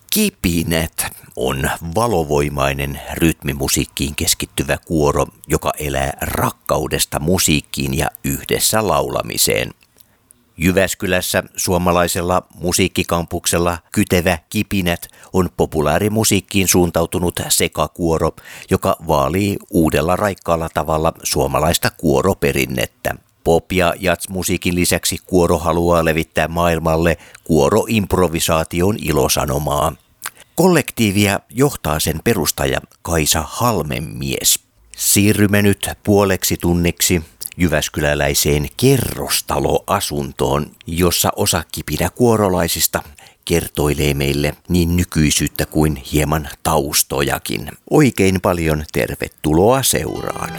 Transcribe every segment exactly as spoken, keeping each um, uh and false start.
Kipinät on valovoimainen rytmimusiikkiin keskittyvä kuoro, joka elää rakkaudesta musiikkiin ja yhdessä laulamiseen. Jyväskylässä suomalaisella musiikkikampuksella Kytevä Kipinät on populaarimusiikkiin suuntautunut sekakuoro, joka vaalii uudella raikkaalla tavalla suomalaista kuoroperinnettä. Pop- ja jazz-musiikin lisäksi kuoro haluaa levittää maailmalle kuoroimprovisaation ilosanomaa. Kollektiivia johtaa sen perustaja Kaisa Halmenmies. Siirrymme nyt puoleksi tunniksi jyväskyläläiseen kerrostaloasuntoon, jossa osa kipinäkuorolaisista kertoilee meille niin nykyisyyttä kuin hieman taustojakin. Oikein paljon tervetuloa seuraan.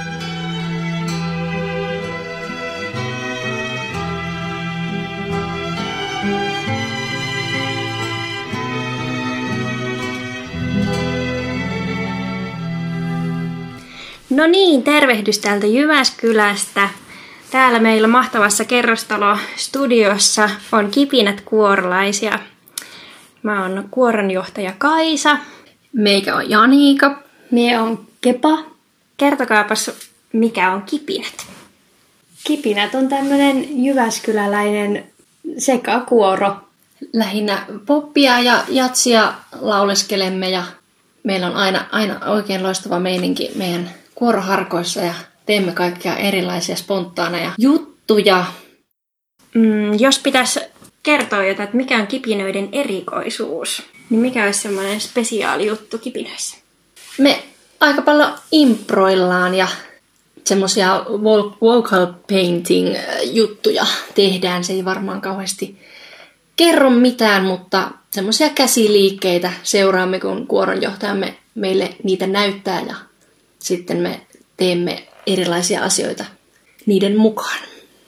No niin, tervehdys täältä Jyväskylästä. Täällä meillä mahtavassa kerrostalostudiossa on Kipinät kuorolaisia. Mä oon kuoronjohtaja Kaisa. Meikä on Janika. Mie on Kepa. Kertokaapas, mikä on Kipinät? Kipinät on tämmönen jyväskyläläinen sekakuoro. Lähinnä poppia ja jatsia lauleskelemme ja meillä on aina, aina oikein loistava meininki meidän kuoroharkoissa ja teemme kaikkia erilaisia spontaaneja juttuja. Mm, jos pitäisi kertoa jotain, että mikä on kipinöiden erikoisuus, niin mikä olisi semmoinen spesiaalijuttu kipinöissä? Me aika paljon improillaan ja semmoisia vocal painting juttuja tehdään. Se ei varmaan kauheasti kerro mitään, mutta semmoisia käsiliikkeitä seuraamme, kun kuoronjohtajamme meille niitä näyttää ja sitten me teemme erilaisia asioita niiden mukaan.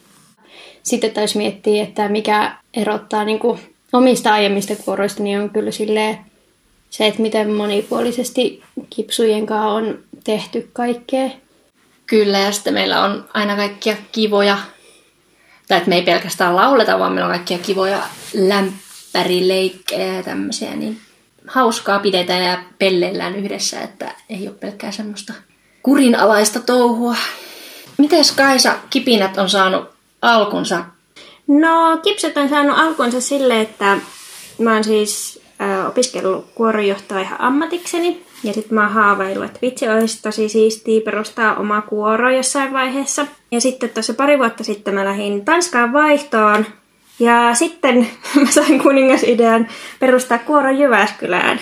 Sitten täytyy miettiä, että mikä erottaa niin kuin omista aiemmista kuoroista, niin on kyllä silleen se, että miten monipuolisesti kipsujen kanssa on tehty kaikkea. Kyllä, ja sitten meillä on aina kaikkia kivoja, tai että me ei pelkästään lauleta, vaan meillä on kaikkia kivoja lämpärileikkejä ja tämmöisiä, niin hauskaa pidetään ja pelleillään yhdessä, että ei ole pelkkää semmoista kurinalaista touhua. Mites Kaisa, Kipinät on saanut alkunsa? No, Kipset on saanut alkunsa sille, että mä oon siis äh, opiskellut kuoronjohtoa ihan ammatikseni. Ja sitten mä oon haaveillut, että vitsi olisi tosi siistiä perustaa oma kuoro jossain vaiheessa. Ja sitten tuossa pari vuotta sitten mä lähdin Tanskaan vaihtoon. Ja sitten mä sain kuningasidean perustaa kuoron Jyväskylään.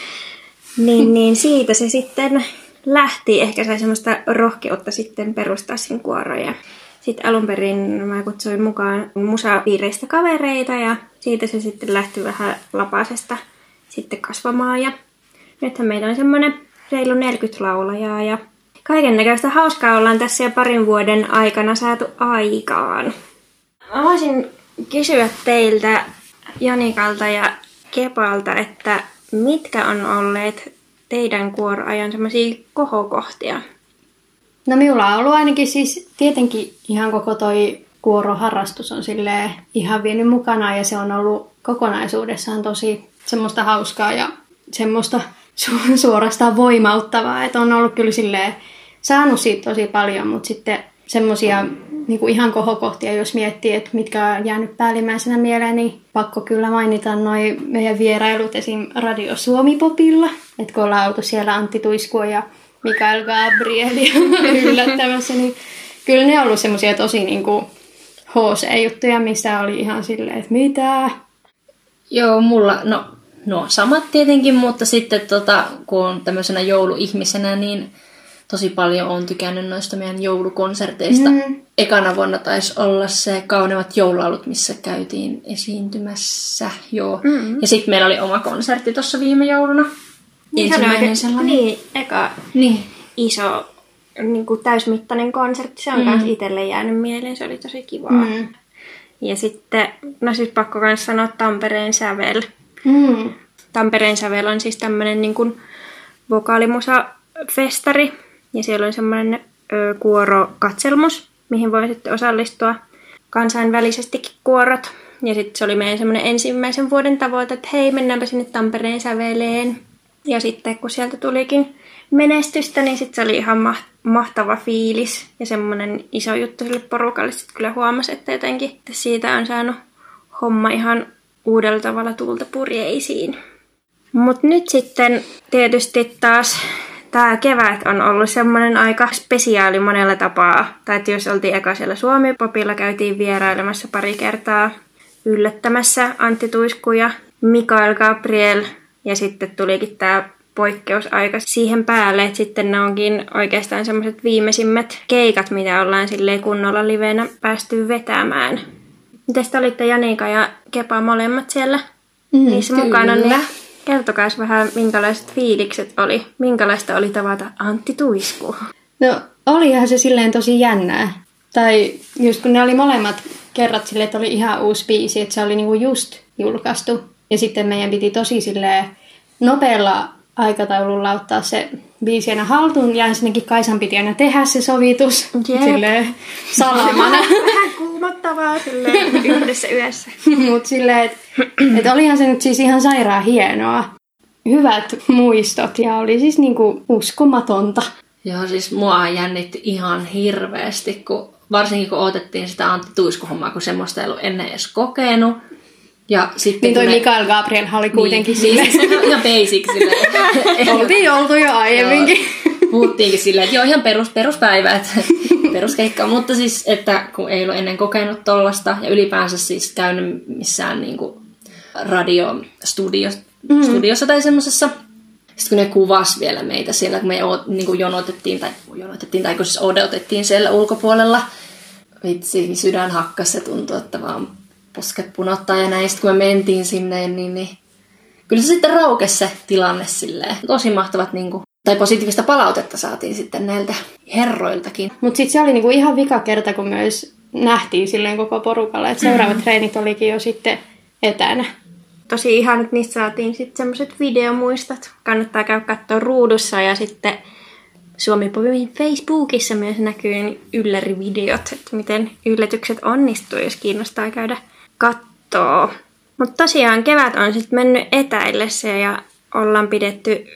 Niin, niin siitä se sitten lähti. Ehkä sai semmoista rohkeutta sitten perustaa sen kuoron. Ja sitten alun perin mä kutsuin mukaan musapiireistä kavereita ja siitä se sitten lähti vähän lapasesta sitten kasvamaan. Ja nythän meillä on semmoinen reilu neljäkymmentä laulajaa ja kaiken näköistä hauskaa ollaan tässä jo parin vuoden aikana saatu aikaan. Mä voisin kysyä teiltä, Janikalta ja Kepalta, että mitkä on olleet teidän kuoroajan semmoisia kohokohtia? No minulla on ollut ainakin siis tietenkin ihan koko toi kuoroharrastus on silleen ihan vienyt mukana ja se on ollut kokonaisuudessaan tosi semmoista hauskaa ja semmoista su- suorastaan voimauttavaa. Että on ollut kyllä silleen saanut siitä tosi paljon, mutta sitten semmoisia niin ihan kohokohtia, jos miettii, että mitkä on jäänyt päällimmäisenä mieleen, niin pakko kyllä mainita noi meidän vierailut esim. Radio Suomi-popilla. Että kun ollaan oltu siellä Antti Tuiskua ja Mikael Gabriel yllättämässä, niin kyllä ne on ollut semmoisia tosi niin kuin H C-juttuja, missä oli ihan silleen, että mitä? Joo, mulla, no, no samat tietenkin, mutta sitten tota, kun on tämmöisenä jouluihmisenä, niin tosi paljon on tykännyt noista meidän joulukonserteista. Mm. Ekana vuonna taisi olla se Kauneimmat joululaulut, missä käytiin esiintymässä. Joo. Mm-hmm. Ja sitten meillä oli oma konsertti tuossa viime jouluna. Niin, ensimmäinen sellainen. Niin, eka niin. iso niin kuin täysmittainen konsertti. Se on mm. myös itselle jäänyt mieleen. Se oli tosi kivaa. Mm. Ja sitten, no siis pakko myös sanoa Tampereen sävel. Mm. Tampereen sävel on siis tämmöinen niin kuin vokaalimusafestari. Ja siellä on semmoinen ö, kuorokatselmus, mihin voi sitten osallistua kansainvälisestikin kuorot. Ja sitten se oli meidän semmoinen ensimmäisen vuoden tavoite, että hei, mennäänpä sinne Tampereen säveleen. Ja sitten kun sieltä tulikin menestystä, niin sitten se oli ihan mahtava fiilis. Ja semmoinen iso juttu sille porukalle. Sitten kyllä huomasi, että jotenkin että siitä on saanut homma ihan uudella tavalla tuulta purjeisiin. Mutta nyt sitten tietysti taas tämä kevät on ollut semmoinen aika spesiaali monella tapaa. Tai että jos oltiin eka siellä Suomi-popilla, käytiin vierailemassa pari kertaa yllättämässä Antti Tuisku ja Mikael Gabriel. Ja sitten tulikin tämä poikkeusaika siihen päälle, että sitten ne onkin oikeastaan semmoiset viimeisimmät keikat, mitä ollaan silleen kunnolla livenä päästy vetämään. Mites te olitte Janika ja Kepa molemmat siellä mm, niissä kyllä. mukana? Niin kertokaas vähän, minkälaiset fiilikset oli. Minkälaista oli tavata Antti Tuisku? No olihan se silleen tosi jännää. Tai just kun ne oli molemmat kerrat silleen, että oli ihan uusi biisi, että se oli niinku just julkaistu. Ja sitten meidän piti tosi silleen nopealla aikataululla ottaa se biisi aina haltuun. Ja ensinnäkin Kaisan piti aina tehdä se sovitus Jep. silleen salamana. Vähän kuumottavaa silleen yhdessä yössä. Mutta silleen, että et olihan se nyt siis ihan sairaan hienoa. Hyvät muistot ja oli siis niinku uskomatonta. Joo, siis mua jännitti ihan hirveästi, kun, varsinkin kun odotettiin sitä Antti Tuisku-hommaa, kun semmoista ei ollut ennen edes kokenut. Ja sitten niin toi ne... Mikael Gabriel oli kuitenkin niin, silleen. Niin, se on ihan basic silleen. Oltiin oltu jo aiemminkin. Joo, puhuttiinkin silleen, että joo ihan perus, peruspäivä, että peruskeikka. Mutta siis, että kun ei ollut ennen kokenut tollasta ja ylipäänsä siis käynyt missään niinku radiostudiossa mm-hmm. tai semmosessa. Sitten kun ne kuvasi vielä meitä siellä, kun me niin jonotettiin, tai jonotettiin, tai kun siis odotettiin siellä ulkopuolella. Vitsi, sydän hakkas, se tuntui, että vaan posket punottaa ja näistä, kun me mentiin sinne, niin, niin kyllä se sitten raukesi se tilanne silleen. Tosi mahtavat, niin kuin, tai positiivista palautetta saatiin sitten näiltä herroiltakin. Mutta sitten se oli niinku ihan vika kerta, kun myös nähtiin silleen koko porukalla, että seuraavat treenit olikin jo sitten etänä. Tosi ihan, että niistä saatiin sitten semmoiset videomuistot. Kannattaa käydä katsoa ruudussa ja sitten Suomi-popin Facebookissa myös näkyy yllärivideot, että miten yllätykset onnistuu, jos kiinnostaa käydä kattoo. Mutta tosiaan kevät on sitten mennyt etäillessä ja ollaan pidetty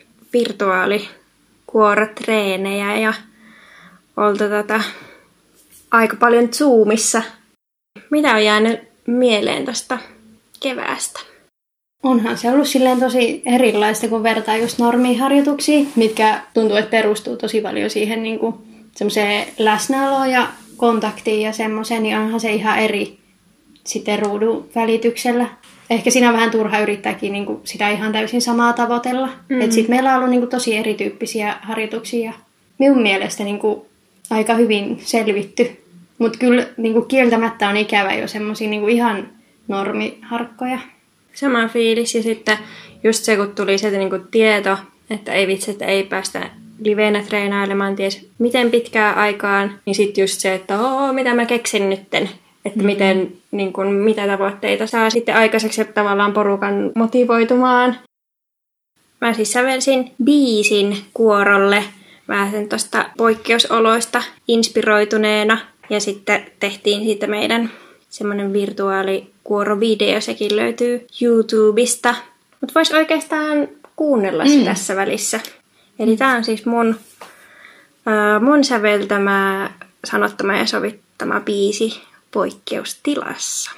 virtuaalikuorotreenejä ja oltu tota aika paljon Zoomissa. Mitä on jäänyt mieleen tuosta keväästä? Onhan se ollut silleen tosi erilaista, kun vertaa just normiharjoituksiin, mitkä tuntuu, että perustuu tosi paljon siihen niin kuin semmoiseen läsnäoloon ja kontaktiin ja semmoiseen, niin onhan se ihan eri sitten ruudun välityksellä. Ehkä siinä on vähän turha yrittääkin niin kuin sitä ihan täysin samaa tavoitella. Mm-hmm. Että sitten meillä on ollut niin kuin tosi erityyppisiä harjoituksia ja minun mielestä niin kuin aika hyvin selvitty. Mutta kyllä niin kuin kieltämättä on ikävä jo semmoisia niin kuin ihan normiharkkoja. Sama fiilis ja sitten just se, kun tuli sieltä niinku tieto, että ei vitsi, että ei päästä livenä treenailemaan ties miten pitkään aikaan, niin sitten just se, että oo, mitä mä keksin nytten, että mm-hmm. miten, niin kun, mitä tavoitteita saa sitten aikaiseksi tavallaan porukan motivoitumaan. Mä siis sävelsin biisin kuorolle vähän tuosta poikkeusoloista inspiroituneena ja sitten tehtiin siitä meidän semmoinen virtuaalikuorovideo, sekin löytyy YouTubesta. Mutta voisi oikeastaan kuunnella se mm. tässä välissä. Eli tää on siis mun, äh, mun säveltämä, sanottama ja sovittama biisi Poikkeustilassa.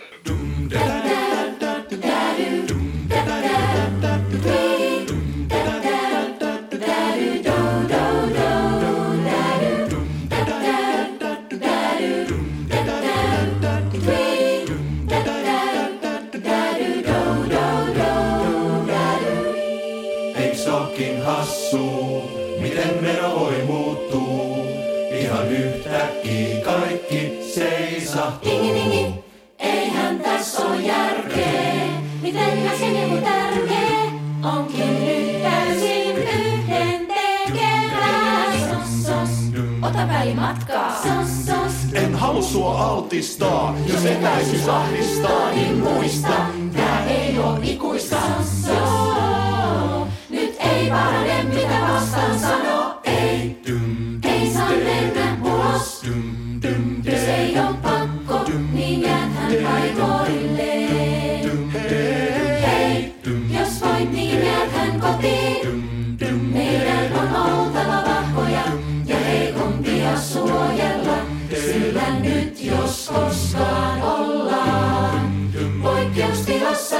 Miten meno voi muuttuu, ihan yhtäkkiä kaikki seisahtuu. Dingi dingi, eihän tässä oo järkeä, miten äsken joku tärkeä onkin nyt täysin yhdentekevää. Sos sos, ota välimatkaa. Sos sos, en halua sua altistaa, jos etäisyys ahdistaa, niin muista, tää ei oo ikuista. sos sos, nyt ei parane mitä vastaan sano, ei, ei saa mennä ulos. Jos ei oo pakko, niin jääthän paikoilleen. koskaan ollaan. Poikkeustilassa.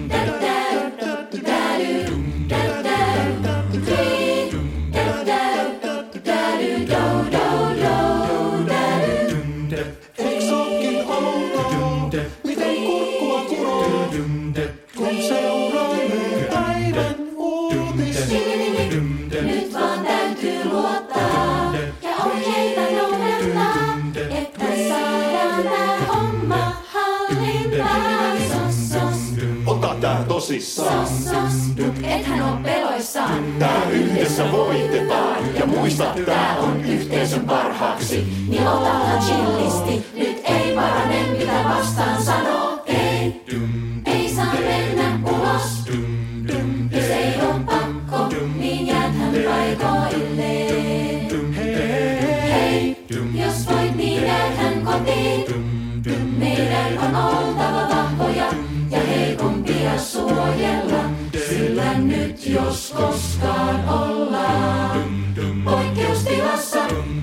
Eiks ookin outoa, miten kurkkua kuroo, kun seurailee päivän uutisia. Nyt vaan täytyy luottaa ja ohjeita noudattaa, että saadaan tää homma hallintaan. Sos, sos, Ota tää tosissaan, sos, mut ethän oo peloissaan. tää yhdessä voitetaan. Ja muista, tää on yhteisön parhaaksi. Niin otahan chillisti, nyt ei parane mitä vastaan sanoo. Ei, ei saa mennä ulos. Jos ei oo pakko, niin jääthän paikoilleen. Hei, jos voit, niin jääthän kotiin. Meidän on oltava vahvoja ja heikompia suojella. Sillä nyt jos koskaan ollaan poikkeustilassa.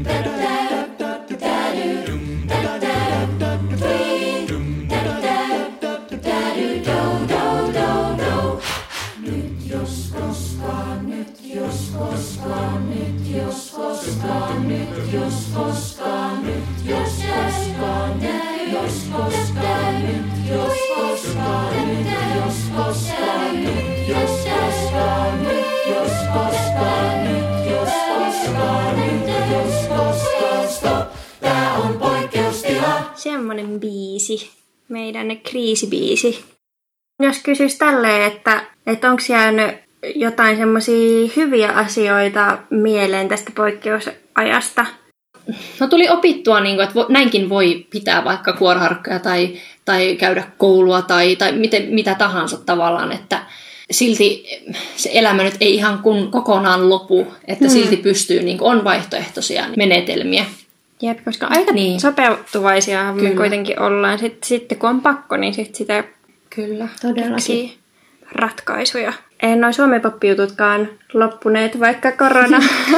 Nyt jos koskaan, nyt jos koskaan, nyt jos koskaan, nyt jos koskaan, nyt jos koskaan, nyt jos koskaan, nyt jos koskaan, nyt jos koskaan, nyt jos koskaan, nyt jos koskaan, nyt jos koskaan, nyt jos koskaan, stop, tää on poikkeustila. Semmonen biisi, meidän kriisibiisi. Jos kysyis tälleen, että, että onko jäänyt jotain semmoisia hyviä asioita mieleen tästä poikkeusajasta? No tuli opittua, niin kuin, että vo, näinkin voi pitää vaikka kuoroharkkoja tai, tai käydä koulua tai, tai miten, mitä tahansa tavallaan, että silti se elämä nyt ei ihan kun kokonaan lopu, että mm. silti pystyy, niin kuin on vaihtoehtoisia menetelmiä. Jep, koska aika Niin. niin. sopeutuvaisia me Kyllä. kuitenkin ollaan. Sitten, sitten kun on pakko, niin sit sitä Kyllä. keksii ratkaisuja. Ei noin suomipoppijututkaan loppuneet, vaikka korona,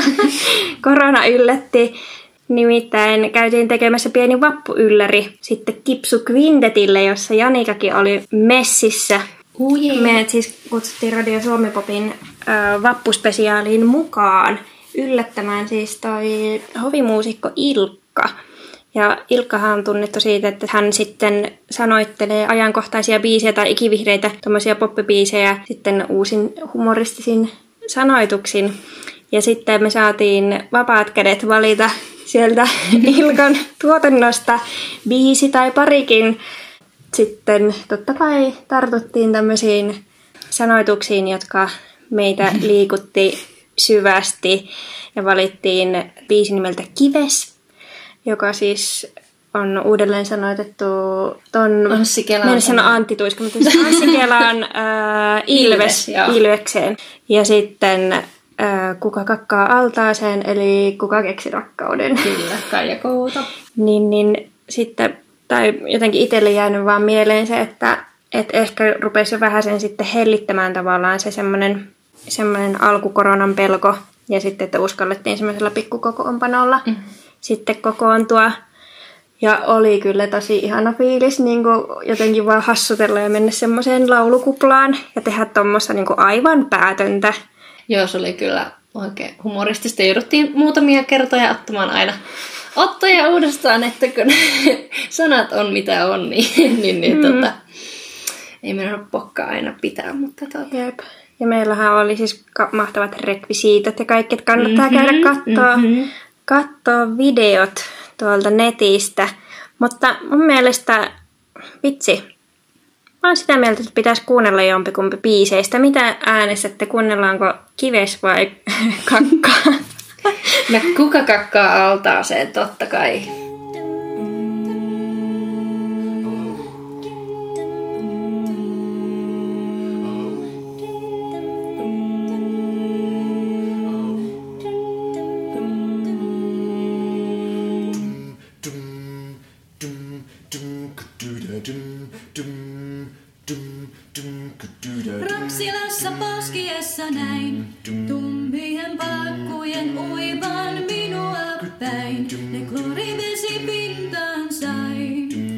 korona yllätti. Nimittäin käytiin tekemässä pieni vappuylläri sitten Kipsu Quintetille, jossa Janikakin oli messissä. Uh, yeah. Meidät siis kutsuttiin Radio Suomi-popin ö, vappuspesiaaliin mukaan yllättämään siis toi hovimuusikko Ilkka. Ja Ilkkahan on tunnettu siitä, että hän sitten sanoittelee ajankohtaisia biisejä tai ikivihreitä tommosia poppibiisejä sitten uusin humoristisin sanoituksin. Ja sitten me saatiin vapaat kädet valita sieltä Ilkan tuotannosta biisi tai parikin. Sitten totta kai tartuttiin tämmöisiin sanoituksiin, jotka meitä liikutti syvästi. Ja valittiin biisi nimeltä Kives, joka siis on uudelleen sanoitettu ton... Anssi Kelan. Meidän sanoa Antti Tuiska, mutta siis Anssi Kelan äh, Ilves, Ilves, Ilvekseen. Ja sitten äh, Kuka kakkaa altaaseen, eli Kuka keksi rakkauden. Kyllä, Kaija Kouta. niin, niin sitten, tai jotenkin itselle jäänyt vaan mieleen se, että et ehkä rupesi jo vähän sen sitten hellittämään tavallaan se semmoinen semmoinen alkukoronan pelko. Ja sitten, että uskallettiin semmoisella pikkukokoonpanolla mm. sitten kokoontua. Ja oli kyllä tosi ihana fiilis niin kuin jotenkin vaan hassutella ja mennä semmoiseen laulukuplaan ja tehdä tuommoista niin kuin aivan päätöntä. Joo, se oli kyllä oikein humoristista. Jouduttiin muutamia kertoja ottamaan aina ottoja uudestaan, että kun sanat on mitä on, niin, niin, niin mm. tota, ei meidän pokkaa aina pitää. Mutta tota. Jep. Ja meillähän oli siis mahtavat rekvisiitot ja kaikki, että kannattaa mm-hmm, käydä katsoa, mm-hmm. katsoa videot tuolta netistä. Mutta mun mielestä, vitsi, mä oon sitä mieltä, että pitäisi kuunnella jompikumpi biiseistä. Mitä äänestätte? Kuunnellaanko Kives vai kakkaa? No Kuka kakkaa altaaseen, totta kai. Rapsilassa poskiessa näin, tummien pakkujen uivan minua päin. Ne klorivesi pintaan sai.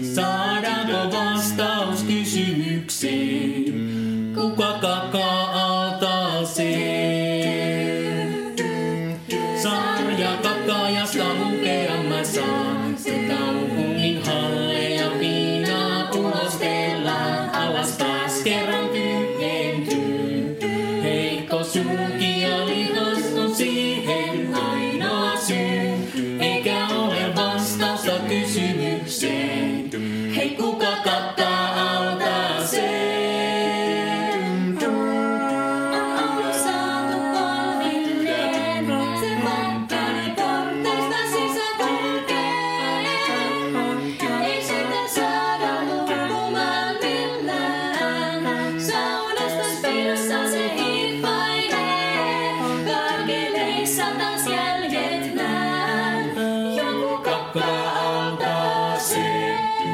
Saadaanko vastaus kysymykseen? Kuka kakaa altaaseen? Sarja kakaajasta lukea mä saan. Se kaupungin halleja viinaa kulostellaan. Alas taas kerran tyhjentyy. Heikko suuki ja lihas on siihen ainoa syy. Eikä ole vastausta kysymykseen. Hei, kuka kattaa altaaseen? On saatu polvilleen, se vakkari porteista sisään kulkee. Ei sitä saada loppumaan millään. Saunasta spiidossa se hiippailee. Karkeleissa taas jäljet näen. Joku kakkaa altaaseen.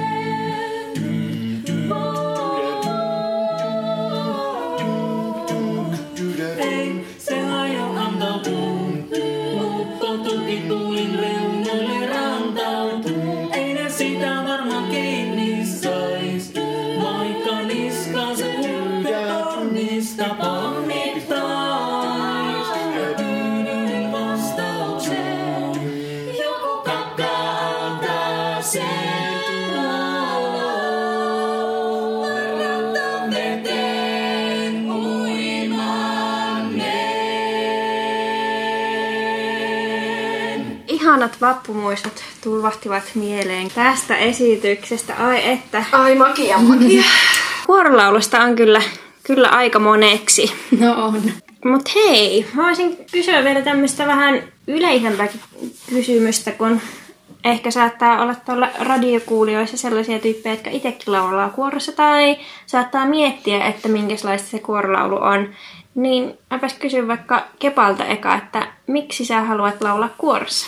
Ei se hajo antautuu. Uppo tukituulin reunoille rantautuu. Ei ne sitä varmaan kiinni sais. Vaikka niskas huippetornista pommittais. Tyynyin vastaukseen. Joku kakkaa altaaseen. Rantaveteen uimanneen. Ihanat vappumuistot tulvahtivat mieleen tästä esityksestä. Ai että. Ai makia, makia. Kuorolaulusta on kyllä, kyllä aika moneksi. No on. Mut hei, mä voisin kysyä vielä tämmöistä vähän yleisempääkin kysymystä, kun ehkä saattaa olla tuolla radiokuulijoissa sellaisia tyyppejä, jotka itsekin laulaa kuorossa tai saattaa miettiä, että minkälaista se kuorolaulu on. Niin mäpäs kysyn vaikka Kepalta eka, että miksi sä haluat laulaa kuorossa?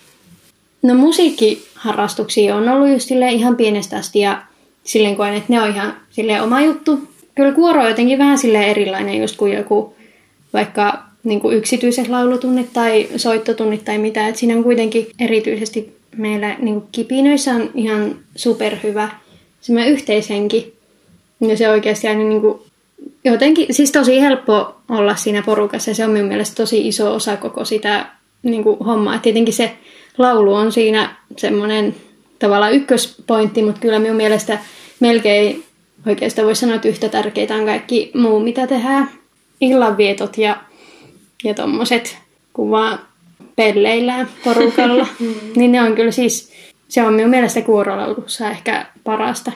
No musiikkiharrastuksia on ollut just silleen ihan pienestä asti ja silleen koen, että ne on ihan silleen oma juttu. Kyllä kuoro on jotenkin vähän silleen erilainen just kuin joku vaikka niin kuin yksityiset laulutunnit tai soittotunnit tai mitä. Et siinä on kuitenkin erityisesti meillä niin kuin kipinöissä on ihan superhyvä semmoinen yhteishenki. Ja se oikeasti aina niin kuin jotenkin, siis tosi helppo olla siinä porukassa ja se on minun mielestä tosi iso osa koko sitä niin kuin hommaa. Et tietenkin se laulu on siinä semmoinen tavallaan ykköspointti, mutta kyllä minun mielestä melkein oikeastaan voisi sanoa, että yhtä tärkeitä on kaikki muu, mitä tehdään. Illanvietot ja, ja tommoset, kun vaan pelleillään porukalla. Niin ne on kyllä siis, se on minun mielestä kuorolaulussa ehkä parasta.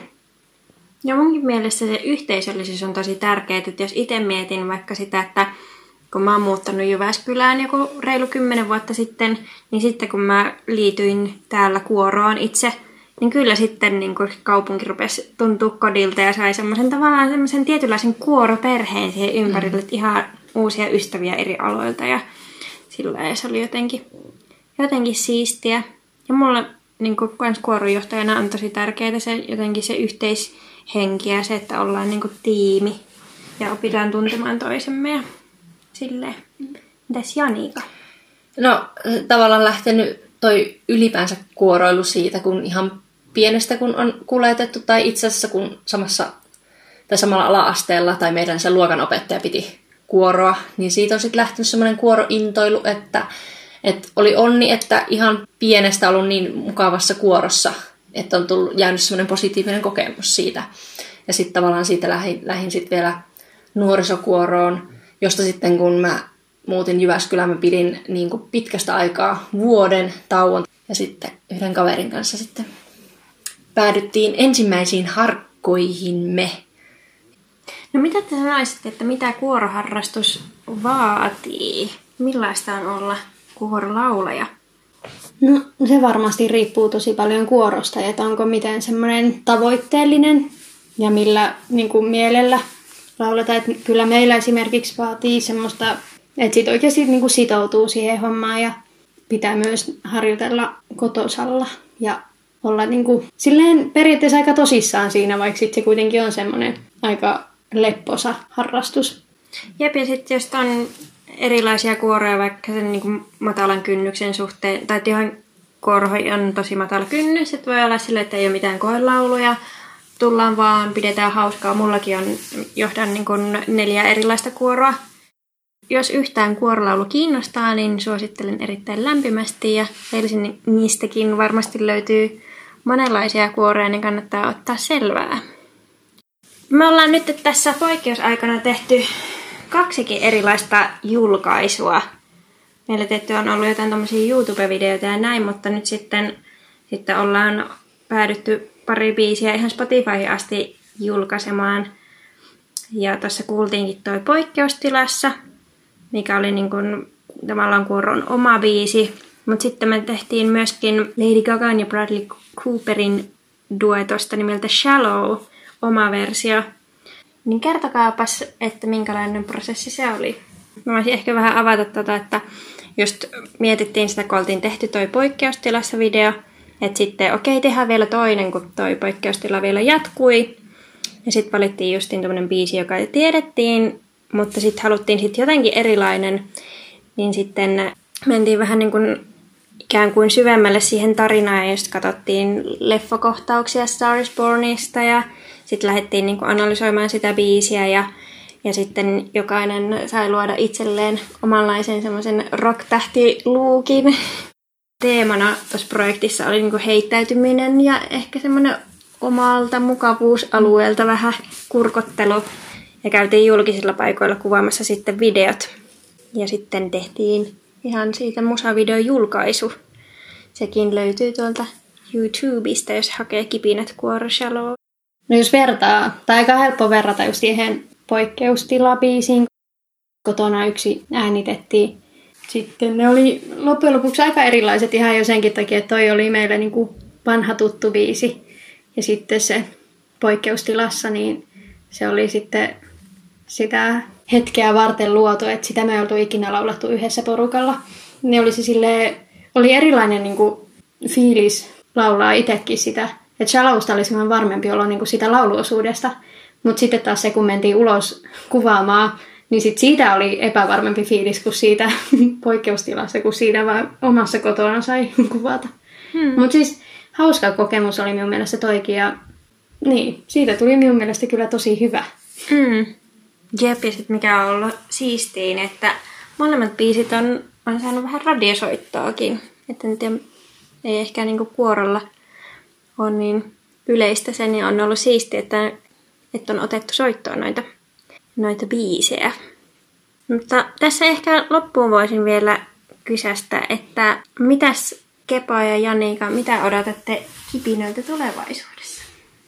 Ja munkin mielestä se yhteisöllisyys on tosi tärkeää, että jos itse mietin vaikka sitä, että kun mä oon muuttanut Jyväskylään joku reilu kymmenen vuotta sitten, niin sitten kun mä liityin täällä kuoroon itse, niin kyllä sitten niin kun kaupunki rupesi tuntua kodilta ja sai semmoisen tavallaan semmoisen tietynlaisen kuoroperheen siihen ympärille, että ihan uusia ystäviä eri aloilta ja sillä se oli jotenkin, jotenkin siistiä. Ja mulle niin kun kans kuoronjohtajana on tosi tärkeää se, jotenkin se yhteishenki ja se, että ollaan niin kun tiimi ja opitaan tuntemaan toisemme ja silleen. Mitäs Janika? No tavallaan lähtenyt toi ylipäänsä kuoroilu siitä, kun ihan pienestä kun on kuljetettu tai itse asiassa kun samassa tai samalla ala-asteella tai meidän se luokanopettaja piti kuoroa, niin siitä on sitten lähtenyt semmoinen kuorointoilu, että, että oli onni, että ihan pienestä ollut niin mukavassa kuorossa, että on tullut, jäänyt semmoinen positiivinen kokemus siitä. Ja sitten tavallaan siitä lähdin, lähdin sitten vielä nuorisokuoroon, josta sitten kun mä muutin Jyväskylään, mä pidin niin kuin pitkästä aikaa vuoden tauon. Ja sitten yhden kaverin kanssa sitten päädyttiin ensimmäisiin harkkoihimme. No mitä te sanoisitte, että mitä kuoroharrastus vaatii? Millaista on olla kuorolaulaja? No se varmasti riippuu tosi paljon kuorosta, että onko miten semmoinen tavoitteellinen ja millä niin kuin mielellä lauletaan. Että kyllä meillä esimerkiksi vaatii semmoista, että sit oikeasti niin kuin sitoutuu siihen hommaan ja pitää myös harjoitella kotosalla ja olla niin kuin, silleen periaatteessa aika tosissaan siinä, vaikka sit se kuitenkin on semmoinen aika lepposa harrastus. Jep, ja sitten jos on erilaisia kuoroja vaikka sen niin kuin matalan kynnyksen suhteen, tai ihan kuoroihin on tosi matala kynnys, että voi olla silleen, että ei ole mitään koelauluja. Tullaan vaan, pidetään hauskaa. Mullakin on, johdan niin kuin neljä erilaista kuoroa. Jos yhtään kuorolaulu kiinnostaa, niin suosittelen erittäin lämpimästi. Ja Helsingistäkin varmasti löytyy monenlaisia kuoroja, niin kannattaa ottaa selvää. Me ollaan nyt tässä poikkeusaikana tehty kaksikin erilaista julkaisua. Meillä tietty on ollut jotain tommosia YouTube-videoita ja näin, mutta nyt sitten, sitten ollaan päädytty pari biisiä ihan Spotifyhin asti julkaisemaan. Ja tuossa kuultiinkin toi Poikkeustilassa, mikä oli niin kuin tavallaan kuoron oma biisi. Mutta sitten me tehtiin myöskin Lady Gagan ja Bradley Cooperin duetosta nimeltä Shallow, oma versio. Niin kertokaapas, että minkälainen prosessi se oli. Mä voisin ehkä vähän avata tota, että just mietittiin sitä, kun oltiin tehty toi Poikkeustilassa video, että sitten okei, okay, tehdään vielä toinen, kun toi Poikkeustila vielä jatkui. Ja sitten valittiin justiin tämmönen biisi, joka jo tiedettiin, mutta sitten haluttiin sit jotenkin erilainen. Niin sitten mentiin vähän niin kuin ikään kuin syvemmälle siihen tarinaan, ja just katsottiin leffakohtauksia Star is Bornista, ja sitten lähdettiin niin kuin analysoimaan sitä biisiä, ja, ja sitten jokainen sai luoda itselleen omanlaisen semmoisen rock-tähtiluukin. Teemana tuossa projektissa oli niin kuin heittäytyminen ja ehkä semmoinen omalta mukavuusalueelta vähän kurkottelu. Ja käytiin julkisilla paikoilla kuvaamassa sitten videot. Ja sitten tehtiin ihan siitä musavideon julkaisu. Sekin löytyy tuolta YouTubesta, jos hakee Kipinät kuoro Shallow. No jos vertaa, tai aika helppo verrata just siihen Poikkeustilabiisiin. Kotona yksi äänitettiin. Sitten ne oli loppujen lopuksi aika erilaiset ihan jo senkin takia, että toi oli meille niin kuin vanha tuttu biisi. Ja sitten se Poikkeustilassa, niin se oli sitten sitä hetkeä varten luotu, että sitä me ei oltu ikinä laulettu yhdessä porukalla. Ne oli se silleen, oli erilainen niin kuin fiilis laulaa itsekin sitä. Että Shallowsta oli semmoinen varmempi olo niin kuin sitä lauluosuudesta. Mutta sitten taas se, kun mentiin ulos kuvaamaan, niin sit siitä oli epävarmempi fiilis kuin siitä Poikkeustilassa, kun siitä vaan omassa kotona sai kuvata. Hmm. Mutta siis hauska kokemus oli minun mielestä toikin, ja niin, siitä tuli minun mielestä kyllä tosi hyvä. Hmm. Jep, ja sit mikä on ollut siistiin, että molemmat biisit on, on saanut vähän radiosoittoakin. Että en tiedä, ei ehkä niinku kuorolla ole niin yleistä sen, niin on ollut siistiä, että, että on otettu soittoa noita, noita biisejä. Mutta tässä ehkä loppuun voisin vielä kysästä, että mitäs Kepa ja Janika, mitä odotatte Kipinöiltä tulevaisuudessa?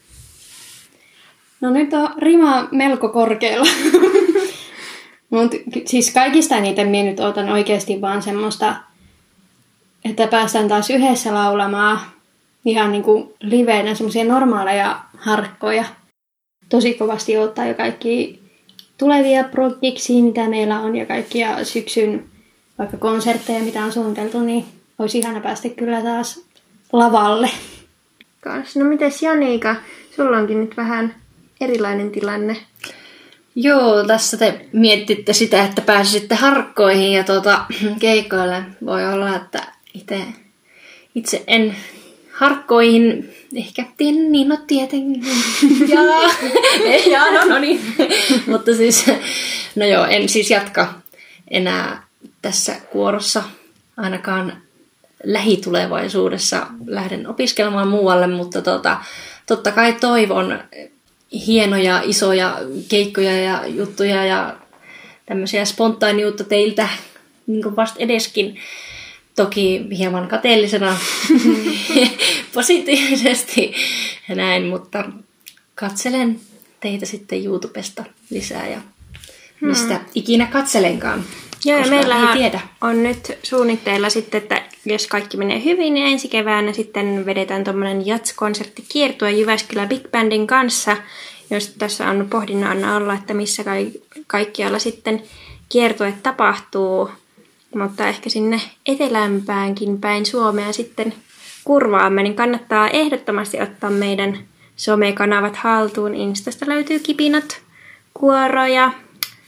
No nyt on rima melko korkealla. Mut siis kaikista niitä minä nyt otan oikeasti vaan semmoista, että päästään taas yhdessä laulamaan ihan niinku liveenä semmoisia normaaleja harkkoja. Tosi kovasti odottaa jo kaikki tulevia projekteja, mitä meillä on, ja kaikkia syksyn vaikka konsertteja, mitä on suunniteltu, niin olisi ihana päästä kyllä taas lavalle. No mites Janika, sulla onkin nyt vähän erilainen tilanne. Joo, tässä te mietitte sitä, että pääsisitte harkkoihin ja tuota, keikoille. Voi olla, että itse, itse en harkkoihin ehkä tiedä, niin no tietenkin. Jaa, jaa, no, no niin. Mutta siis, no joo, en siis jatka enää tässä kuorossa ainakaan lähitulevaisuudessa. Lähden opiskelemaan muualle, mutta tota, totta kai toivon hienoja, isoja keikkoja ja juttuja ja tämmöisiä spontaaniutta teiltä niin kuin vasta edeskin. Toki hieman kateellisena positiivisesti ja näin, mutta katselen teitä sitten YouTubesta lisää ja mistä hmm. ikinä katselenkaan. Joo, ja meillä on nyt suunnitteilla sitten, että jos kaikki menee hyvin, niin ensi keväänä sitten vedetään tuommoinen jats-konserttikiertue Jyväskylän Big Bandin kanssa, jos tässä on pohdinnan alla, että missä kaikkialla sitten kiertue tapahtuu. Mutta ehkä sinne etelämpäänkin päin Suomea sitten kurvaamme, niin kannattaa ehdottomasti ottaa meidän somekanavat haltuun. Instasta löytyy Kipinät kuoro ja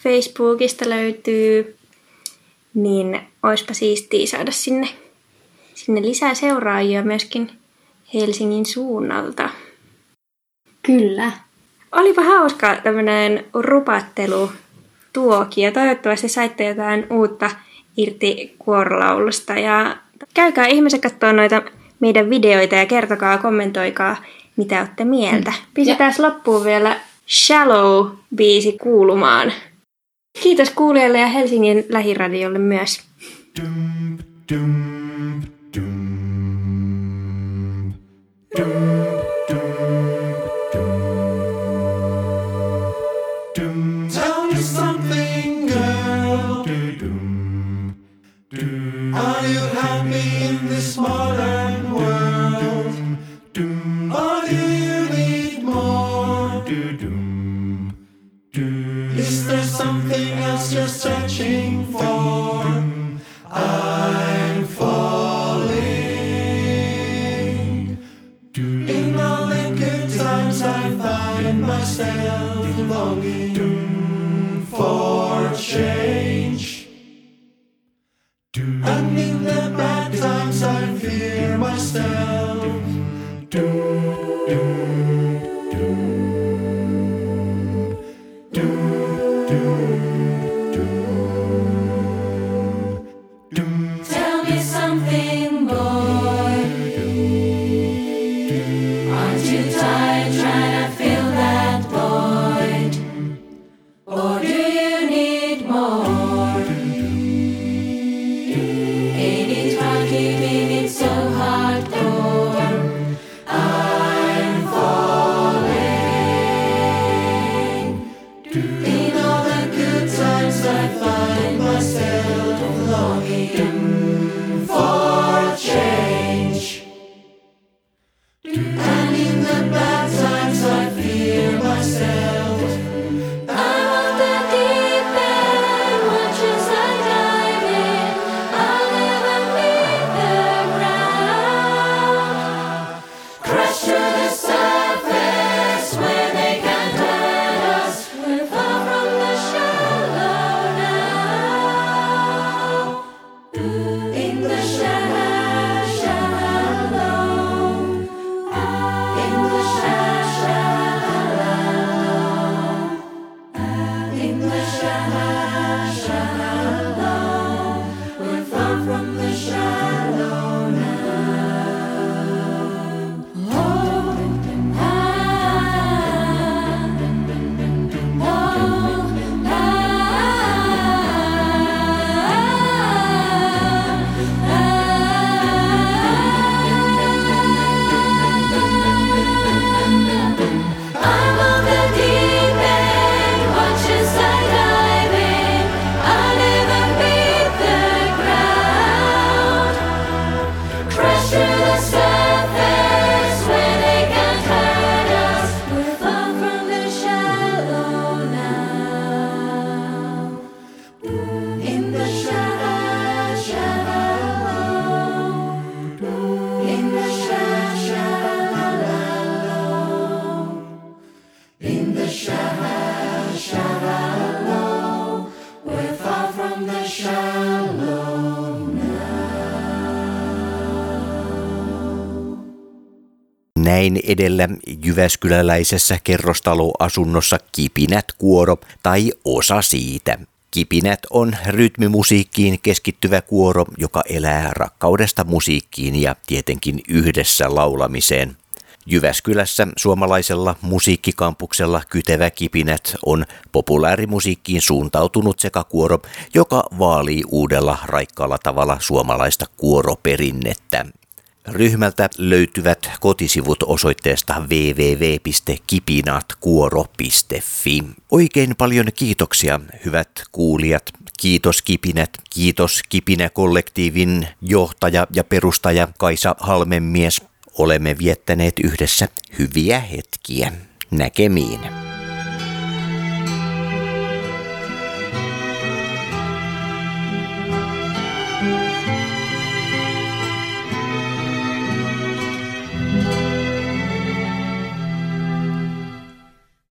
Facebookista löytyy, niin oispa siistiä saada sinne sinne lisää seuraajia myöskin Helsingin suunnalta. Kyllä. Olipa hauska tämmöinen rupattelu tuoki ja toivottavasti saitte jotain uutta irti kuorolaulusta. Ja käykää ihmiset katsoa noita meidän videoita ja kertokaa, kommentoikaa, mitä olette mieltä. Pistetään loppuun vielä Shallow-biisi kuulumaan. Kiitos kuulijoille ja Helsingin lähiradiolle myös. Dum, dum, dum, dum. Tell me something, girl. Are you happy in this modern world? Or do you need more? Is there something else you're searching for? I'm falling. In all the good times I find myself longing for change. And in the bad times I fear myself. Tell me something, boy. Aren't you tired trying to fill that void? Or do you need more? Ain't it hard keeping it so hardcore? I'm falling. In all the good times I find myself longing for change. And in the bad times I fear myself. I'm on the deep end, watch as I dive in. I'll never meet the ground. Crash to the surface where they can't hurt us. We're far from the shallow now. In the shallow, shallow. In the shallow, in the shallow, shallow, we're far from the shallow now. Oh, ah, oh, I'm on the deep end, watch as I dive in. I'll never beat the ground. Crash to the surface where they can't hurt us. We're far from the shallow now. In the shallow, shallow. In the shallow, shallow. In the shallow, shallow, we're far from the shallow now. Näin edellä jyväskyläläisessä kerrostaloasunnossa Kipinät-kuoro tai osa siitä. Kipinät on rytmimusiikkiin keskittyvä kuoro, joka elää rakkaudesta musiikkiin ja tietenkin yhdessä laulamiseen. Jyväskylässä suomalaisella musiikkikampuksella Kytevä Kipinät on populaarimusiikkiin suuntautunut sekakuoro, joka vaalii uudella raikkaalla tavalla suomalaista kuoroperinnettä. Ryhmältä löytyvät kotisivut osoitteesta double-u double-u double-u piste kipinatkuoro piste fi. Oikein paljon kiitoksia, hyvät kuulijat. Kiitos Kipinät, kiitos Kipinä-kollektiivin johtaja ja perustaja Kaisa Halmenmies. Olemme viettäneet yhdessä hyviä hetkiä. Näkemiin.